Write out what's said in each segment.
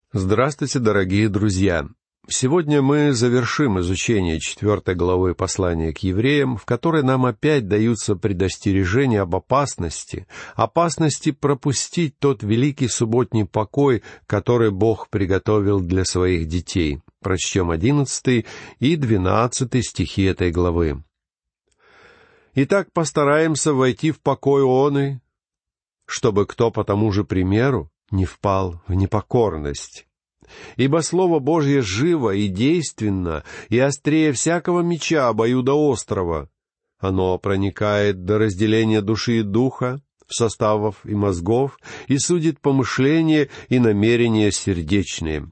Здравствуйте, дорогие друзья! Сегодня мы завершим изучение 4 главы послания к евреям, в которой нам опять даются предостережения об опасности пропустить тот великий субботний покой, который Бог приготовил для своих детей. Прочтем 11 и 12 стихи этой главы. «Итак, постараемся войти в покой оный, чтобы кто по тому же примеру не впал в непокорность. Ибо Слово Божье живо и действенно, и острее всякого меча обоюдоострого. Оно проникает до разделения души и духа, составов и мозгов, и судит помышления и намерения сердечные».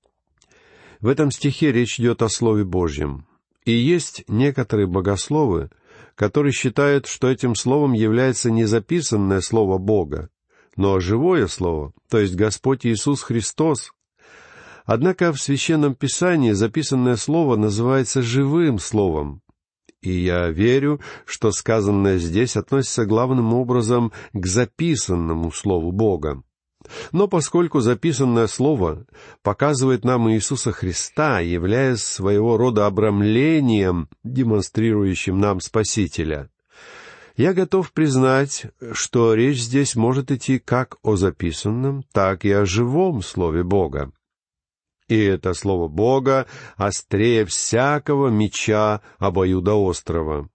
В этом стихе речь идет о Слове Божьем. И есть некоторые богословы, которые считают, что этим словом является не записанное Слово Бога, но живое Слово, то есть Господь Иисус Христос. Однако в Священном Писании записанное Слово называется живым Словом. И я верю, что сказанное здесь относится главным образом к записанному Слову Бога. Но поскольку записанное Слово показывает нам Иисуса Христа, являясь своего рода обрамлением, демонстрирующим нам Спасителя, я готов признать, что речь здесь может идти как о записанном, так и о живом Слове Бога. И это Слово Бога острее всякого меча обоюдоострого.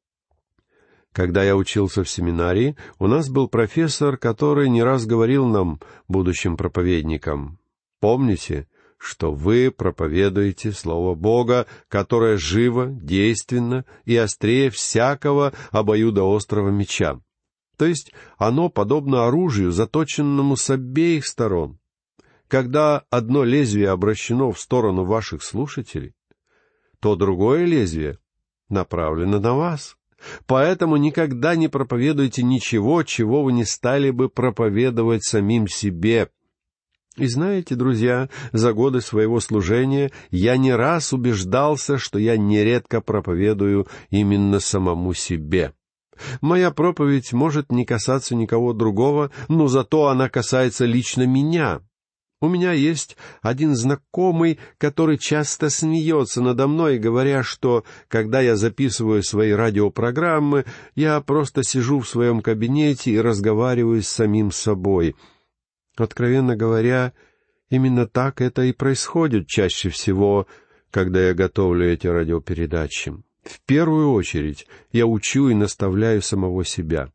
Когда я учился в семинарии, у нас был профессор, который не раз говорил нам, будущим проповедникам: «Помните, что вы проповедуете Слово Бога, которое живо, действенно и острее всякого обоюдоострого меча». То есть оно подобно оружию, заточенному с обеих сторон. Когда одно лезвие обращено в сторону ваших слушателей, то другое лезвие направлено на вас. Поэтому никогда не проповедуйте ничего, чего вы не стали бы проповедовать самим себе. И знаете, друзья, за годы своего служения я не раз убеждался, что я нередко проповедую именно самому себе. Моя проповедь может не касаться никого другого, но зато она касается лично меня. У меня есть один знакомый, который часто смеется надо мной, говоря, что, когда я записываю свои радиопрограммы, я просто сижу в своем кабинете и разговариваю с самим собой. Откровенно говоря, именно так это и происходит чаще всего, когда я готовлю эти радиопередачи. В первую очередь я учу и наставляю самого себя.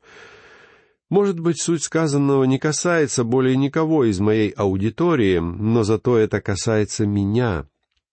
Может быть, суть сказанного не касается более никого из моей аудитории, но зато это касается меня.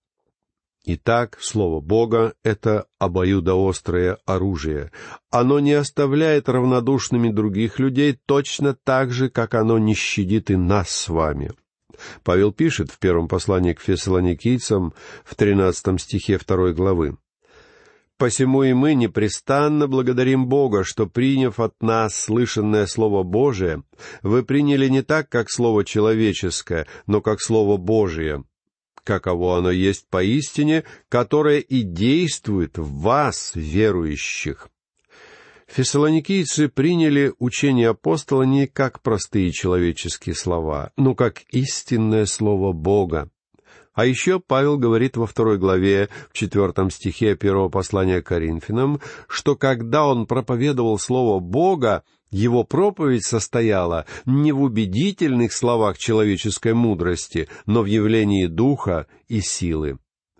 Итак, Слово Бога — это обоюдоострое оружие. Оно не оставляет равнодушными других людей точно так же, как оно не щадит и нас с вами. Павел пишет в первом послании к Фессалоникийцам в 13 стихе 2 главы: «Посему и мы непрестанно благодарим Бога, что, приняв от нас слышанное Слово Божие, вы приняли не так, как Слово человеческое, но как Слово Божие, каково оно есть поистине, которое и действует в вас, верующих». Фессалоникийцы приняли учение апостола не как простые человеческие слова, но как истинное Слово Бога. А еще Павел говорит во 2 главе, в 4 стихе 1 послания к Коринфянам, что когда он проповедовал Слово Бога, его проповедь состояла не в убедительных словах человеческой мудрости, но в явлении духа и силы.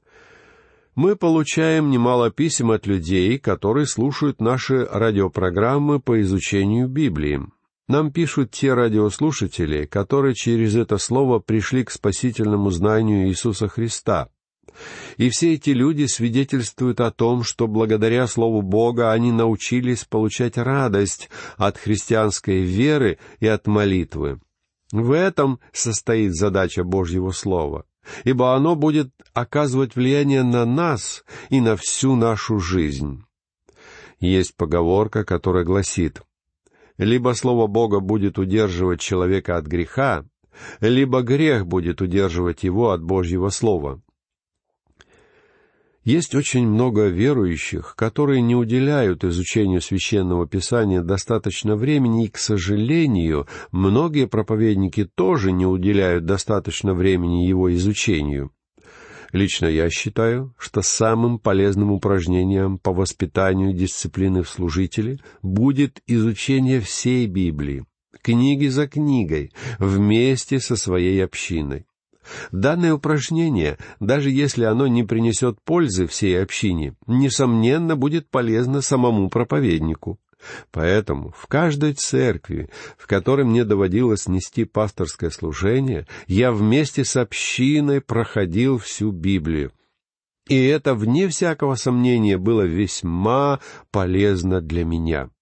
Мы получаем немало писем от людей, которые слушают наши радиопрограммы по изучению Библии. Нам пишут те радиослушатели, которые через это слово пришли к спасительному знанию Иисуса Христа. И все эти люди свидетельствуют о том, что благодаря Слову Бога они научились получать радость от христианской веры и от молитвы. В этом состоит задача Божьего Слова, ибо оно будет оказывать влияние на нас и на всю нашу жизнь. Есть поговорка, которая гласит: либо Слово Бога будет удерживать человека от греха, либо грех будет удерживать его от Божьего Слова. Есть очень много верующих, которые не уделяют изучению Священного Писания достаточно времени, и, к сожалению, многие проповедники тоже не уделяют достаточно времени его изучению. Лично я считаю, что самым полезным упражнением по воспитанию дисциплины в служителе будет изучение всей Библии, книги за книгой, вместе со своей общиной. Данное упражнение, даже если оно не принесет пользы всей общине, несомненно, будет полезно самому проповеднику. Поэтому в каждой церкви, в которой мне доводилось нести пасторское служение, я вместе с общиной проходил всю Библию. И это, вне всякого сомнения, было весьма полезно для меня.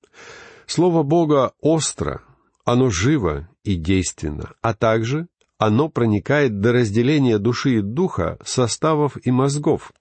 Слово Бога остро, оно живо и действенно, а также оно проникает до разделения души и духа, составов и мозгов.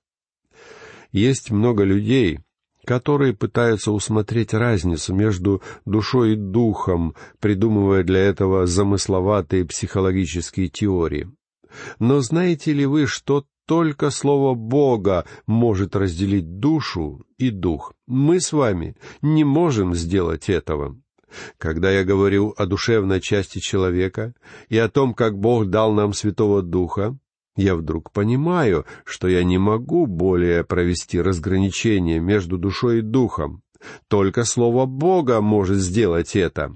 Есть много людей, которые пытаются усмотреть разницу между душой и духом, придумывая для этого замысловатые психологические теории. Но знаете ли вы, что только Слово Бога может разделить душу и дух? Мы с вами не можем сделать этого. Когда я говорю о душевной части человека и о том, как Бог дал нам Святого Духа, я вдруг понимаю, что я не могу более провести разграничение между душой и духом. Только Слово Бога может сделать это.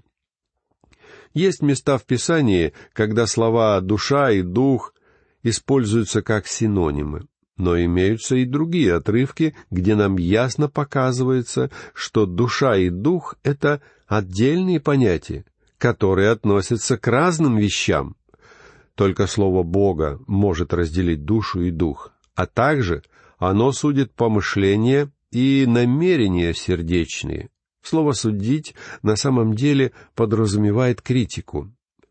Есть места в Писании, когда слова «душа» и «дух» используются как синонимы. Но имеются и другие отрывки, где нам ясно показывается, что душа и дух — это отдельные понятия, которые относятся к разным вещам. Только Слово Бога может разделить душу и дух, а также оно судит помышления и намерения сердечные. Слово «судить» на самом деле подразумевает критику.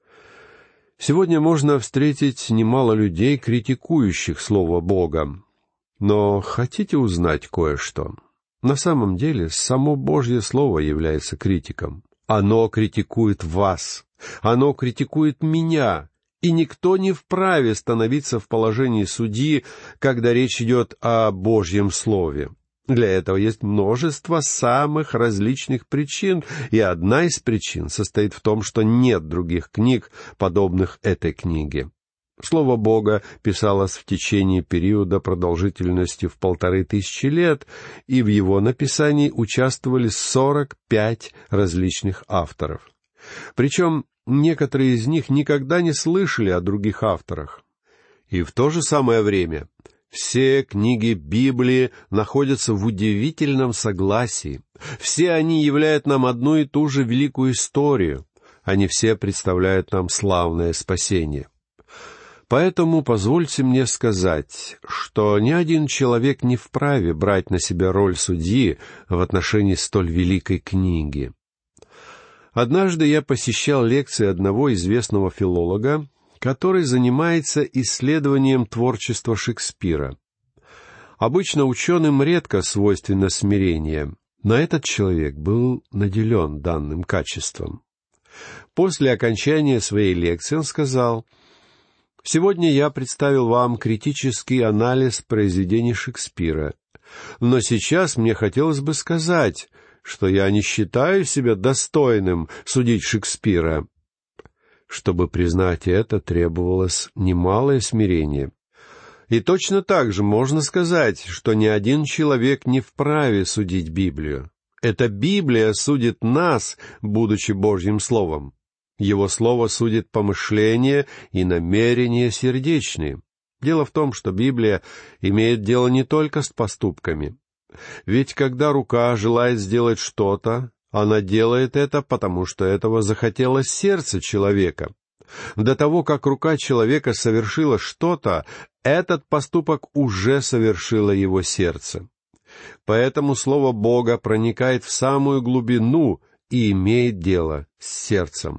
Сегодня можно встретить немало людей, критикующих Слово Бога. Но хотите узнать кое-что? На самом деле, само Божье Слово является критиком. Оно критикует вас, оно критикует меня, и никто не вправе становиться в положении судьи, когда речь идет о Божьем Слове. Для этого есть множество самых различных причин, и одна из причин состоит в том, что нет других книг, подобных этой книге. Слово Бога писалось в течение периода продолжительностью в 1500 лет, и в его написании участвовали 45 различных авторов. Причем некоторые из них никогда не слышали о других авторах. И в то же самое время все книги Библии находятся в удивительном согласии. Все они являют нам одну и ту же великую историю. Они все представляют нам славное спасение. Поэтому позвольте мне сказать, что ни один человек не вправе брать на себя роль судьи в отношении столь великой книги. Однажды я посещал лекции одного известного филолога, который занимается исследованием творчества Шекспира. Обычно ученым редко свойственно смирение, но этот человек был наделен данным качеством. После окончания своей лекции он сказал: «Сегодня я представил вам критический анализ произведений Шекспира, но сейчас мне хотелось бы сказать, что я не считаю себя достойным судить Шекспира». Чтобы признать это, требовалось немалое смирение. И точно так же можно сказать, что ни один человек не вправе судить Библию. Эта Библия судит нас, будучи Божьим Словом. Его Слово судит помышления и намерения сердечные. Дело в том, что Библия имеет дело не только с поступками. Ведь когда рука желает сделать что-то, она делает это, потому что этого захотело сердце человека. До того, как рука человека совершила что-то, этот поступок уже совершило его сердце. Поэтому Слово Бога проникает в самую глубину и имеет дело с сердцем.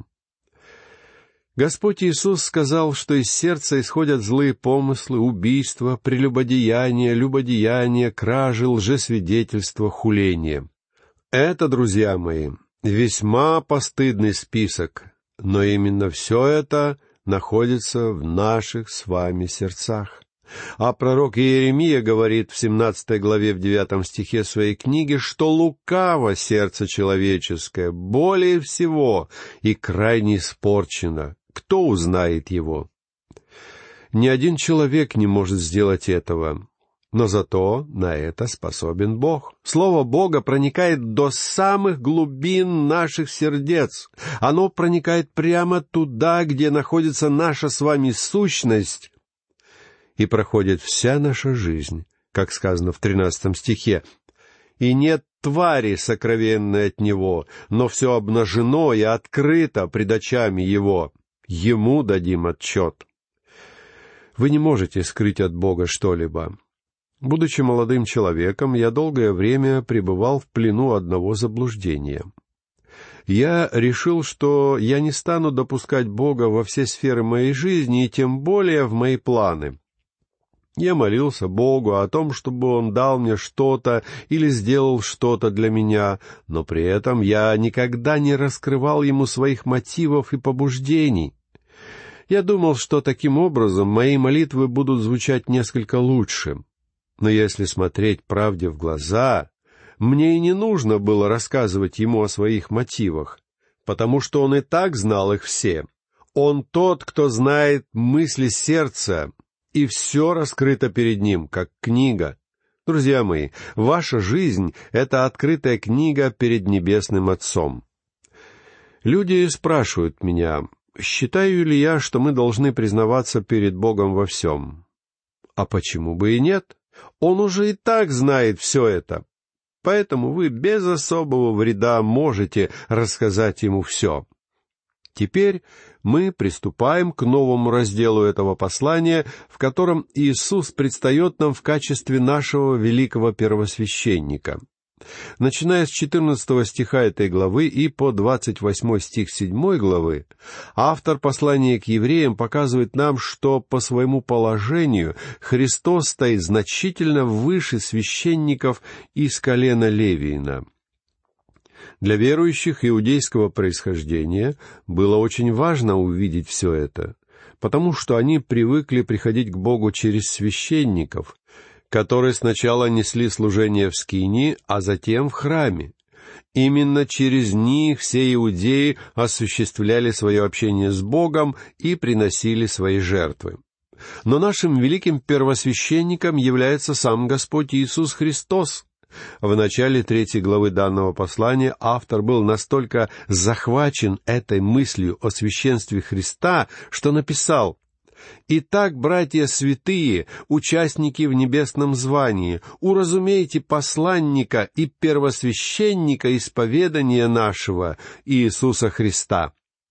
Господь Иисус сказал, что из сердца исходят злые помыслы, убийства, прелюбодеяния, любодеяния, кражи, лжесвидетельства, хуления. Это, друзья мои, весьма постыдный список, но именно все это находится в наших с вами сердцах. А пророк Иеремия говорит в 17 главе, в 9 стихе своей книги, что лукаво сердце человеческое, более всего, и крайне испорчено. Кто узнает его? Ни один человек не может сделать этого, но зато на это способен Бог. Слово Бога проникает до самых глубин наших сердец. Оно проникает прямо туда, где находится наша с вами сущность, и проходит вся наша жизнь, как сказано в 13 стихе. «И нет твари сокровенной от Него, но все обнажено и открыто пред очами Его. Ему дадим отчет». Вы не можете скрыть от Бога что-либо. Будучи молодым человеком, я долгое время пребывал в плену одного заблуждения. Я решил, что я не стану допускать Бога во все сферы моей жизни и тем более в мои планы. Я молился Богу о том, чтобы Он дал мне что-то или сделал что-то для меня, но при этом я никогда не раскрывал Ему своих мотивов и побуждений. Я думал, что таким образом мои молитвы будут звучать несколько лучше. Но если смотреть правде в глаза, мне и не нужно было рассказывать Ему о своих мотивах, потому что Он и так знал их все. Он тот, кто знает мысли сердца, и все раскрыто перед Ним, как книга. Друзья мои, ваша жизнь — это открытая книга перед Небесным Отцом. Люди спрашивают меня, считаю ли я, что мы должны признаваться перед Богом во всем? А почему бы и нет? Он уже и так знает все это. Поэтому вы без особого вреда можете рассказать Ему все. Теперь мы приступаем к новому разделу этого послания, в котором Иисус предстает нам в качестве нашего великого первосвященника. Начиная с 14 стиха этой главы и по 28 стих 7 главы, автор послания к евреям показывает нам, что по своему положению Христос стоит значительно выше священников из колена Левиина. Для верующих иудейского происхождения было очень важно увидеть все это, потому что они привыкли приходить к Богу через священников, которые сначала несли служение в скинии, а затем в храме. Именно через них все иудеи осуществляли свое общение с Богом и приносили свои жертвы. Но нашим великим первосвященником является сам Господь Иисус Христос. В начале 3 главы данного послания автор был настолько захвачен этой мыслью о священстве Христа, что написал: «Итак, братья святые, участники в небесном звании, уразумейте посланника и первосвященника исповедания нашего, Иисуса Христа».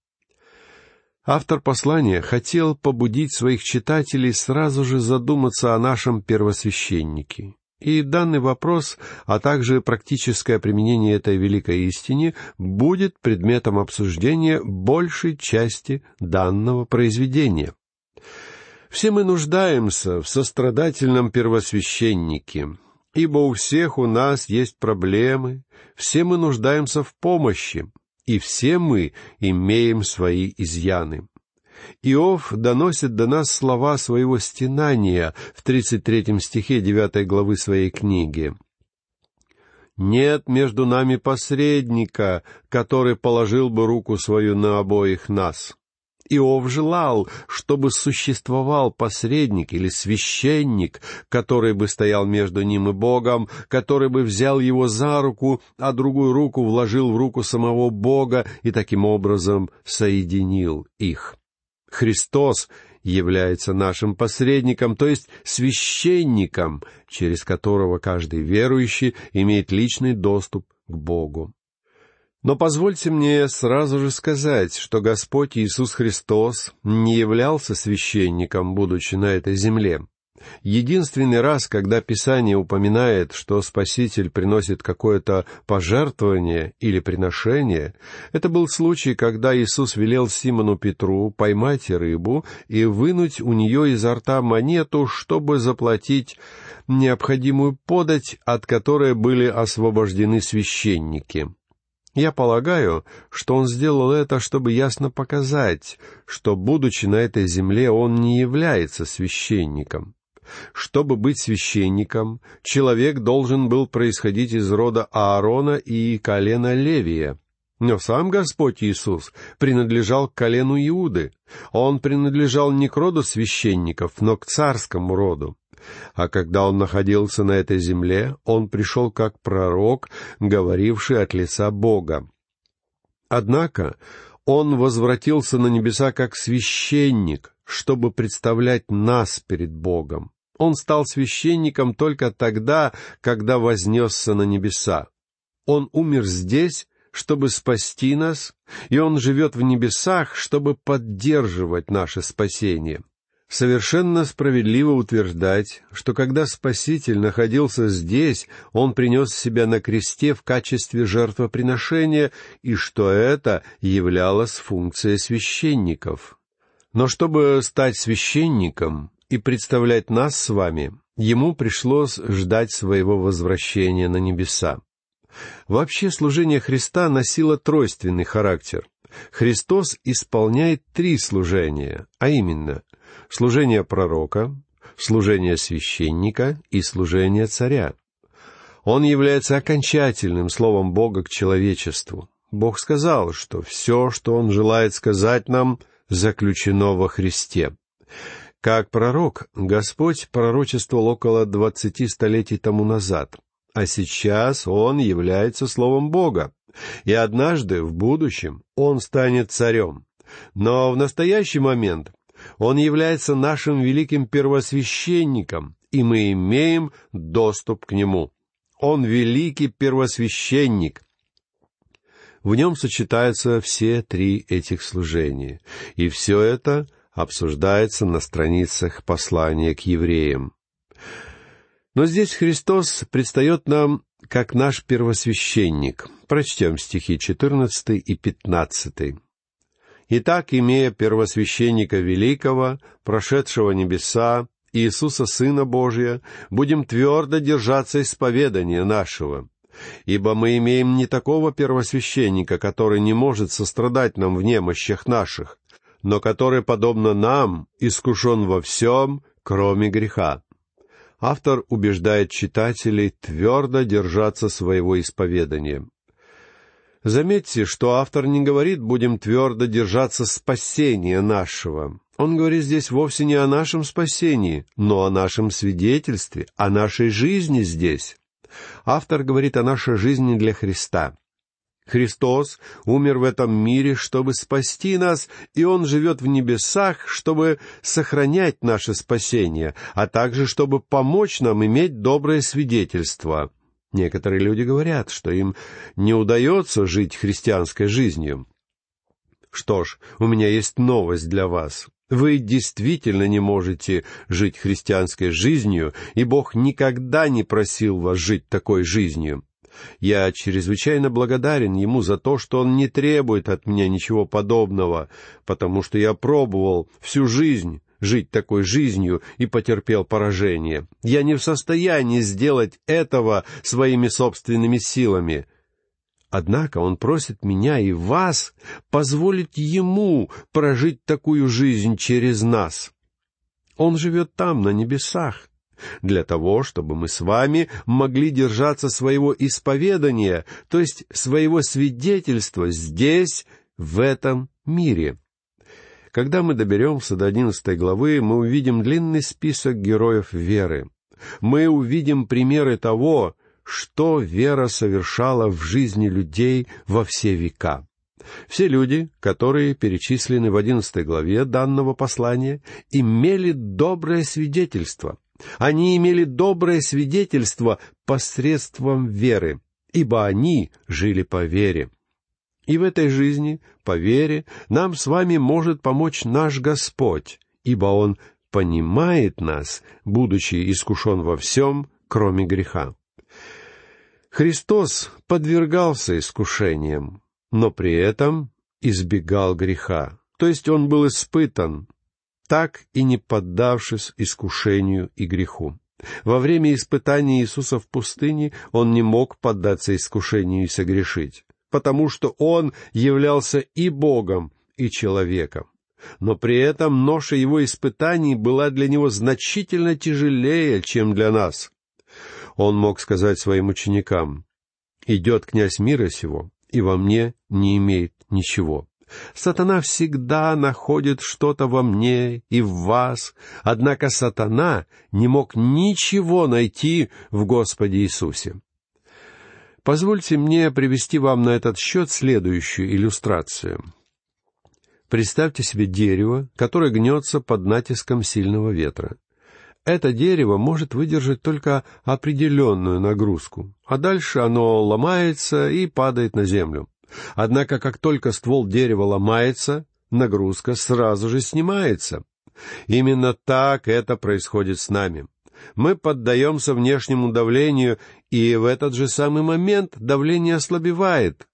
Автор послания хотел побудить своих читателей сразу же задуматься о нашем первосвященнике. И данный вопрос, а также практическое применение этой великой истине будет предметом обсуждения большей части данного произведения. Все мы нуждаемся в сострадательном первосвященнике, ибо у всех у нас есть проблемы, все мы нуждаемся в помощи, и все мы имеем свои изъяны. Иов доносит до нас слова своего стенания в 33 стихе 9 главы своей книги. «Нет между нами посредника, который положил бы руку свою на обоих нас». Иов желал, чтобы существовал посредник или священник, который бы стоял между ним и Богом, который бы взял его за руку, а другую руку вложил в руку самого Бога и таким образом соединил их. Христос является нашим посредником, то есть священником, через которого каждый верующий имеет личный доступ к Богу. Но позвольте мне сразу же сказать, что Господь Иисус Христос не являлся священником, будучи на этой земле. Единственный раз, когда Писание упоминает, что Спаситель приносит какое-то пожертвование или приношение, это был случай, когда Иисус велел Симону Петру поймать рыбу и вынуть у нее изо рта монету, чтобы заплатить необходимую подать, от которой были освобождены священники. Я полагаю, что он сделал это, чтобы ясно показать, что, будучи на этой земле, он не является священником. Чтобы быть священником, человек должен был происходить из рода Аарона и колена Левия. Но сам Господь Иисус принадлежал к колену Иуды. Он принадлежал не к роду священников, но к царскому роду. А когда он находился на этой земле, он пришел как пророк, говоривший от лица Бога. Однако он возвратился на небеса как священник, чтобы представлять нас перед Богом. Он стал священником только тогда, когда вознесся на небеса. Он умер здесь, чтобы спасти нас, и Он живет в небесах, чтобы поддерживать наше спасение. Совершенно справедливо утверждать, что когда Спаситель находился здесь, Он принес себя на кресте в качестве жертвоприношения, и что это являлось функцией священников. Но чтобы стать священником и представлять нас с вами, Ему пришлось ждать своего возвращения на небеса. Вообще служение Христа носило тройственный характер. Христос исполняет 3 служения, а именно служение пророка, служение священника и служение царя. Он является окончательным словом Бога к человечеству. Бог сказал, что все, что Он желает сказать нам, заключено во Христе. Как пророк, Господь пророчествовал около 20 столетий тому назад, а сейчас Он является Словом Бога, и однажды, в будущем, Он станет царем. Но в настоящий момент Он является нашим великим первосвященником, и мы имеем доступ к Нему. Он великий первосвященник. В Нем сочетаются все 3 этих служения, и все это обсуждается на страницах послания к евреям. Но здесь Христос предстает нам как наш первосвященник. Прочтем стихи 14 и 15. «Итак, имея первосвященника великого, прошедшего небеса, Иисуса Сына Божия, будем твердо держаться исповедания нашего. Ибо мы имеем не такого первосвященника, который не может сострадать нам в немощах наших, но который, подобно нам, искушен во всем, кроме греха». Автор убеждает читателей твердо держаться своего исповедания. Заметьте, что автор не говорит «будем твердо держаться спасения нашего». Он говорит здесь вовсе не о нашем спасении, но о нашем свидетельстве, о нашей жизни здесь. Автор говорит о нашей жизни для Христа. Христос умер в этом мире, чтобы спасти нас, и Он живет в небесах, чтобы сохранять наше спасение, а также чтобы помочь нам иметь доброе свидетельство. Некоторые люди говорят, что им не удается жить христианской жизнью. Что ж, у меня есть новость для вас. Вы действительно не можете жить христианской жизнью, и Бог никогда не просил вас жить такой жизнью. Я чрезвычайно благодарен Ему за то, что Он не требует от меня ничего подобного, потому что я пробовал всю жизнь жить такой жизнью и потерпел поражение. Я не в состоянии сделать этого своими собственными силами. Однако Он просит меня и вас позволить Ему прожить такую жизнь через нас. Он живет там, на небесах, для того, чтобы мы с вами могли держаться своего исповедания, то есть своего свидетельства здесь, в этом мире. Когда мы доберемся до 11 главы, мы увидим длинный список героев веры. Мы увидим примеры того, что вера совершала в жизни людей во все века. Все люди, которые перечислены в 11 главе данного послания, имели доброе свидетельство. Они имели доброе свидетельство посредством веры, ибо они жили по вере. И в этой жизни, по вере, нам с вами может помочь наш Господь, ибо Он понимает нас, будучи искушен во всем, кроме греха. Христос подвергался искушениям, но при этом избегал греха, то есть Он был испытан, так и не поддавшись искушению и греху. Во время испытания Иисуса в пустыне Он не мог поддаться искушению и согрешить, потому что Он являлся и Богом, и человеком. но при этом ноша его испытаний была для него значительно тяжелее, чем для нас. Он мог сказать своим ученикам: «Идет князь мира сего, и во мне не имеет ничего. Сатана всегда находит что-то во мне и в вас, однако сатана не мог ничего найти в Господе Иисусе». Позвольте мне привести вам на этот счет следующую иллюстрацию. Представьте себе дерево, которое гнется под натиском сильного ветра. Это дерево может выдержать только определенную нагрузку, а дальше оно ломается и падает на землю. Однако, как только ствол дерева ломается, нагрузка сразу же снимается. Именно так это происходит с нами. Мы поддаемся внешнему давлению, и в этот же самый момент давление ослабевает.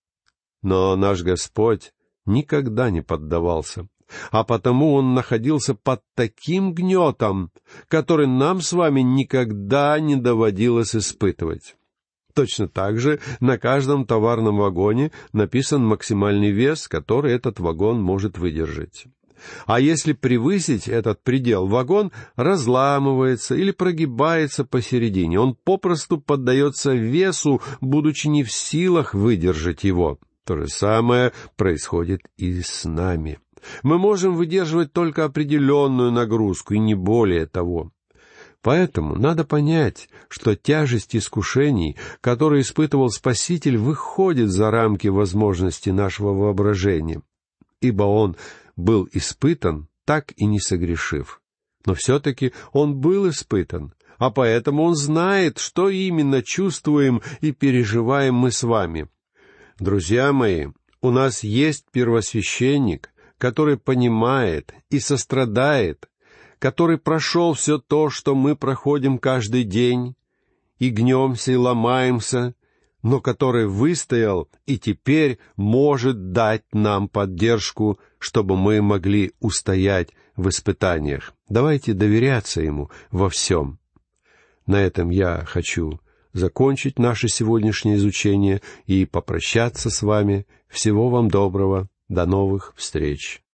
Но наш Господь никогда не поддавался, а потому Он находился под таким гнетом, который нам с вами никогда не доводилось испытывать. Точно так же на каждом товарном вагоне написан максимальный вес, который этот вагон может выдержать. А если превысить этот предел, вагон разламывается или прогибается посередине. Он попросту поддается весу, будучи не в силах выдержать его. То же самое происходит и с нами. Мы можем выдерживать только определенную нагрузку, и не более того. Поэтому надо понять, что тяжесть искушений, которые испытывал Спаситель, выходит за рамки возможностей нашего воображения, ибо Он был испытан, так и не согрешив. Но все-таки Он был испытан, а поэтому Он знает, что именно чувствуем и переживаем мы с вами. Друзья мои, у нас есть первосвященник, который понимает и сострадает, который прошел все то, что мы проходим каждый день, и гнемся, и ломаемся, но который выстоял и теперь может дать нам поддержку, чтобы мы могли устоять в испытаниях. Давайте доверяться Ему во всем. На этом я хочу закончить наше сегодняшнее изучение и попрощаться с вами. Всего вам доброго. До новых встреч.